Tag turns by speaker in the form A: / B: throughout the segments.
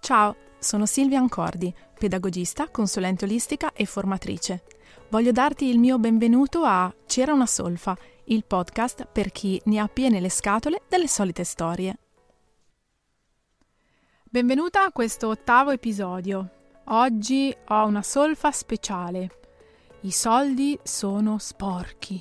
A: Ciao, sono Silvia Ancordi, pedagogista, consulente olistica e formatrice. Voglio darti il mio benvenuto a C'era una solfa, il podcast per chi ne ha piene le scatole delle solite storie. Benvenuta a questo 8° episodio. Oggi ho una solfa speciale. I soldi sono sporchi.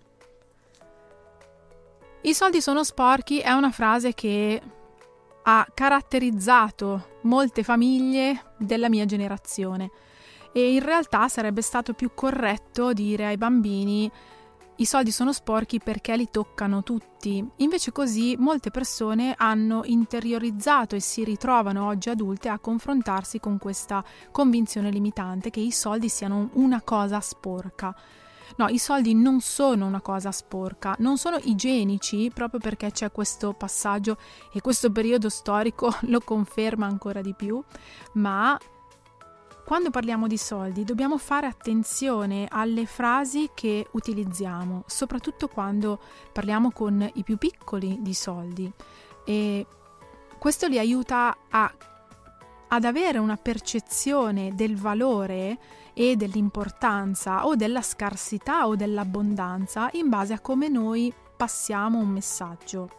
A: I soldi sono sporchi è una frase che ha caratterizzato molte famiglie della mia generazione e in realtà sarebbe stato più corretto dire ai bambini i soldi sono sporchi perché li toccano tutti. Invece così molte persone hanno interiorizzato e si ritrovano oggi adulte a confrontarsi con questa convinzione limitante che i soldi siano una cosa sporca. No, i soldi non sono una cosa sporca, non sono igienici proprio perché c'è questo passaggio e questo periodo storico lo conferma ancora di più, ma quando parliamo di soldi dobbiamo fare attenzione alle frasi che utilizziamo, soprattutto quando parliamo con i più piccoli di soldi, e questo li aiuta ad avere una percezione del valore e dell'importanza o della scarsità o dell'abbondanza in base a come noi passiamo un messaggio.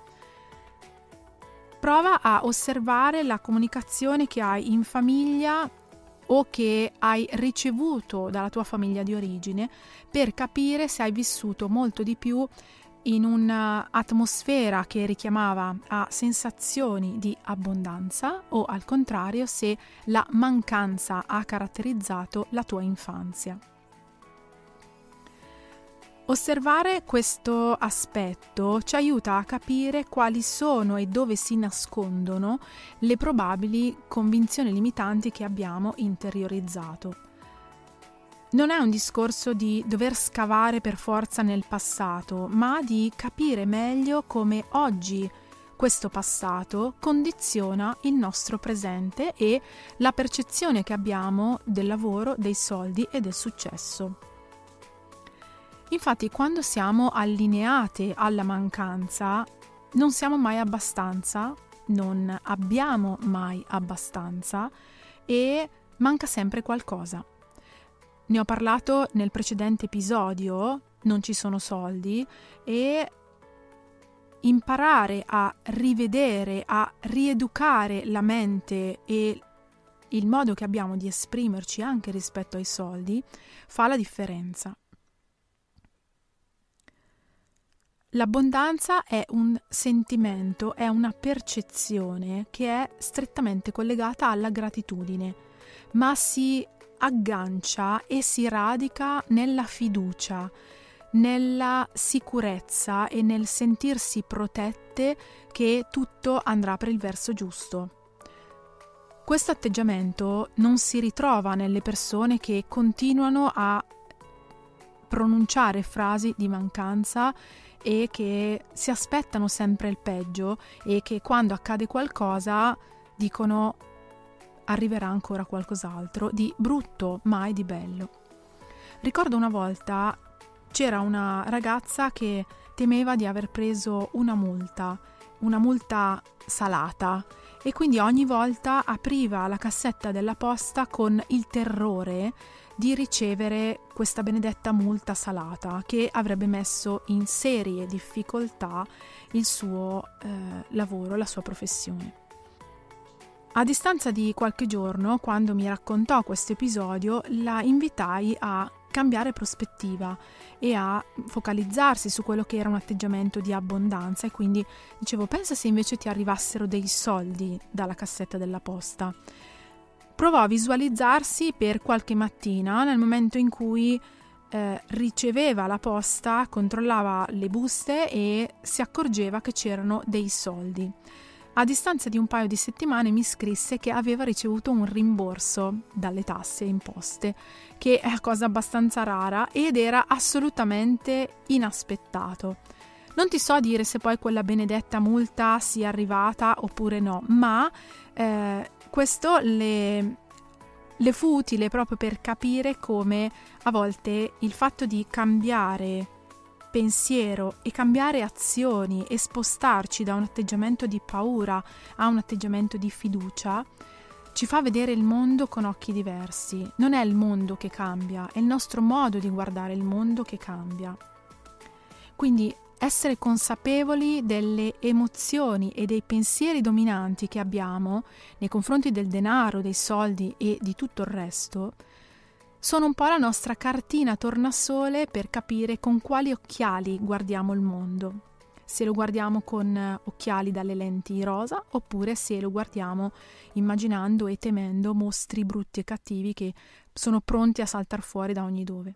A: Prova a osservare la comunicazione che hai in famiglia o che hai ricevuto dalla tua famiglia di origine per capire se hai vissuto molto di più in un'atmosfera che richiamava a sensazioni di abbondanza o al contrario se la mancanza ha caratterizzato la tua infanzia. Osservare questo aspetto ci aiuta a capire quali sono e dove si nascondono le probabili convinzioni limitanti che abbiamo interiorizzato. Non è un discorso di dover scavare per forza nel passato, ma di capire meglio come oggi questo passato condiziona il nostro presente e la percezione che abbiamo del lavoro, dei soldi e del successo. Infatti, quando siamo allineate alla mancanza, non siamo mai abbastanza, non abbiamo mai abbastanza e manca sempre qualcosa. Ne ho parlato nel precedente episodio, non ci sono soldi, e imparare a rivedere, a rieducare la mente e il modo che abbiamo di esprimerci anche rispetto ai soldi fa la differenza. L'abbondanza è un sentimento, è una percezione che è strettamente collegata alla gratitudine, ma si aggancia e si radica nella fiducia, nella sicurezza e nel sentirsi protette che tutto andrà per il verso giusto. Questo atteggiamento non si ritrova nelle persone che continuano a pronunciare frasi di mancanza e che si aspettano sempre il peggio e che quando accade qualcosa dicono arriverà ancora qualcos'altro di brutto, mai di bello. Ricordo una volta c'era una ragazza che temeva di aver preso una multa salata, e quindi ogni volta apriva la cassetta della posta con il terrore di ricevere questa benedetta multa salata che avrebbe messo in serie difficoltà il suo lavoro, la sua professione. A distanza di qualche giorno, quando mi raccontò questo episodio, la invitai a cambiare prospettiva e a focalizzarsi su quello che era un atteggiamento di abbondanza, e quindi dicevo: pensa se invece ti arrivassero dei soldi dalla cassetta della posta. Provò a visualizzarsi per qualche mattina nel momento in cui riceveva la posta, controllava le buste e si accorgeva che c'erano dei soldi. A distanza di un paio di settimane mi scrisse che aveva ricevuto un rimborso dalle tasse e imposte, che è una cosa abbastanza rara ed era assolutamente inaspettato. Non ti so dire se poi quella benedetta multa sia arrivata oppure no, ma questo le fu utile proprio per capire come a volte il fatto di cambiare pensiero e cambiare azioni e spostarci da un atteggiamento di paura a un atteggiamento di fiducia ci fa vedere il mondo con occhi diversi. Non è il mondo che cambia, è il nostro modo di guardare il mondo che cambia. Quindi essere consapevoli delle emozioni e dei pensieri dominanti che abbiamo nei confronti del denaro, dei soldi e di tutto il resto, sono un po' la nostra cartina tornasole per capire con quali occhiali guardiamo il mondo. Se lo guardiamo con occhiali dalle lenti rosa oppure se lo guardiamo immaginando e temendo mostri brutti e cattivi che sono pronti a saltar fuori da ogni dove.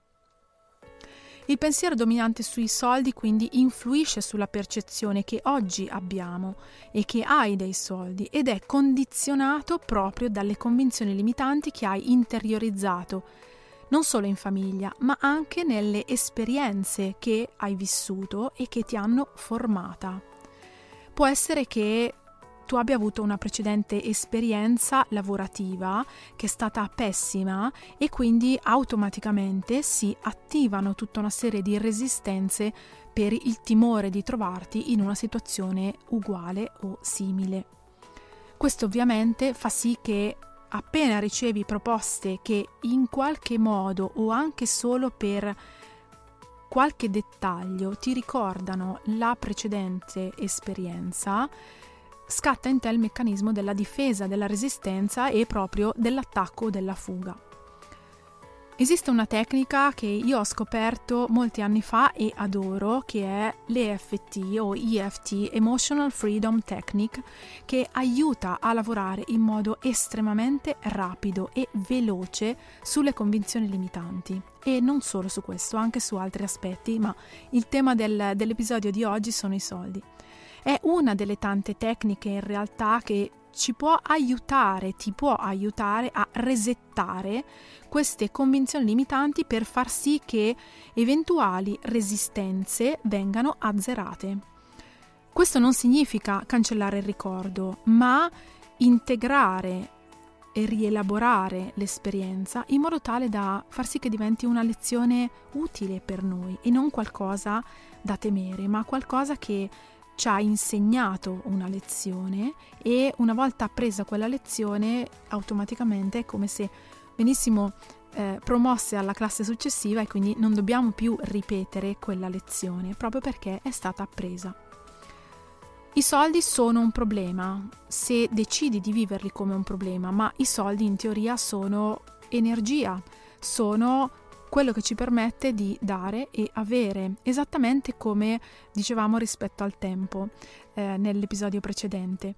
A: Il pensiero dominante sui soldi quindi influisce sulla percezione che oggi abbiamo e che hai dei soldi ed è condizionato proprio dalle convinzioni limitanti che hai interiorizzato non solo in famiglia, ma anche nelle esperienze che hai vissuto e che ti hanno formata. Può essere che tu abbia avuto una precedente esperienza lavorativa che è stata pessima e quindi automaticamente si attivano tutta una serie di resistenze per il timore di trovarti in una situazione uguale o simile. Questo ovviamente fa sì che appena ricevi proposte che in qualche modo o anche solo per qualche dettaglio ti ricordano la precedente esperienza, scatta in te il meccanismo della difesa, della resistenza e proprio dell'attacco o della fuga. Esiste una tecnica che io ho scoperto molti anni fa e adoro, che è l'EFT o EFT, Emotional Freedom Technique, che aiuta a lavorare in modo estremamente rapido e veloce sulle convinzioni limitanti. E non solo su questo, anche su altri aspetti, ma il tema dell'episodio di oggi sono i soldi. È una delle tante tecniche in realtà che ti può aiutare a resettare queste convinzioni limitanti per far sì che eventuali resistenze vengano azzerate. Questo non significa cancellare il ricordo, ma integrare e rielaborare l'esperienza in modo tale da far sì che diventi una lezione utile per noi e non qualcosa da temere, ma qualcosa che ci ha insegnato una lezione e una volta appresa quella lezione automaticamente è come se venissimo promosse alla classe successiva e quindi non dobbiamo più ripetere quella lezione proprio perché è stata appresa. I soldi sono un problema se decidi di viverli come un problema, ma i soldi in teoria sono energia, sono quello che ci permette di dare e avere, esattamente come dicevamo rispetto al tempo nell'episodio precedente.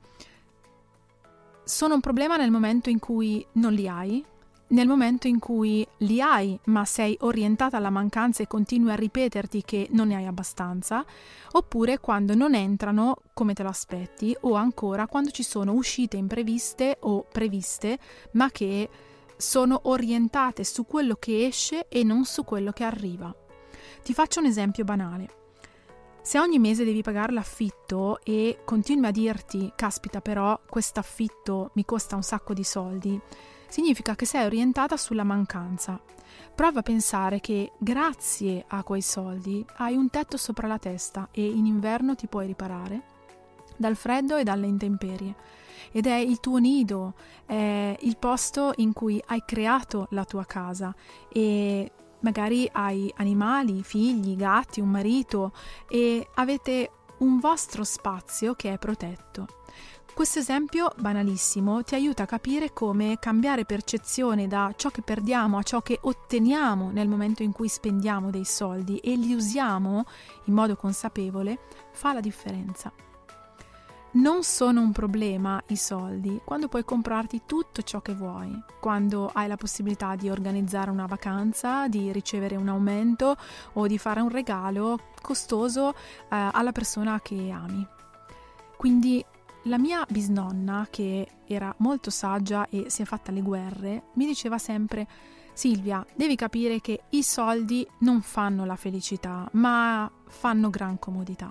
A: Sono un problema nel momento in cui non li hai, nel momento in cui li hai ma sei orientata alla mancanza e continui a ripeterti che non ne hai abbastanza, oppure quando non entrano come te lo aspetti o ancora quando ci sono uscite impreviste o previste ma che sono orientate su quello che esce e non su quello che arriva. Ti faccio un esempio banale. Se ogni mese devi pagare l'affitto e continui a dirti caspita però quest'affitto mi costa un sacco di soldi, significa che sei orientata sulla mancanza. Prova a pensare che grazie a quei soldi hai un tetto sopra la testa e in inverno ti puoi riparare dal freddo e dalle intemperie. Ed è il tuo nido, è il posto in cui hai creato la tua casa e magari hai animali, figli, gatti, un marito e avete un vostro spazio che è protetto. Questo esempio banalissimo ti aiuta a capire come cambiare percezione da ciò che perdiamo a ciò che otteniamo nel momento in cui spendiamo dei soldi e li usiamo in modo consapevole fa la differenza. Non sono un problema i soldi quando puoi comprarti tutto ciò che vuoi, quando hai la possibilità di organizzare una vacanza, di ricevere un aumento o di fare un regalo costoso alla persona che ami. Quindi la mia bisnonna, che era molto saggia e si è fatta le guerre, mi diceva sempre: Silvia, devi capire che i soldi non fanno la felicità, ma fanno gran comodità.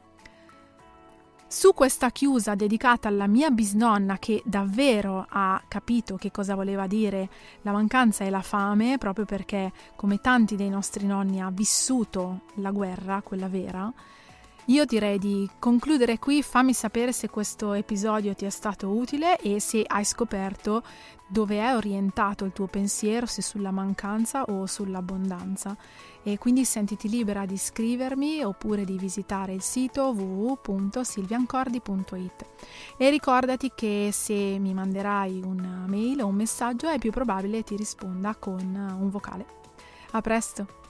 A: Su questa chiusa dedicata alla mia bisnonna, che davvero ha capito che cosa voleva dire la mancanza e la fame, proprio perché come tanti dei nostri nonni ha vissuto la guerra, quella vera, Io direi di concludere qui. Fammi sapere se questo episodio ti è stato utile e se hai scoperto dove è orientato il tuo pensiero, se sulla mancanza o sull'abbondanza. E quindi sentiti libera di scrivermi oppure di visitare il sito www.silviancordi.it. E ricordati che se mi manderai una mail o un messaggio è più probabile ti risponda con un vocale. A presto!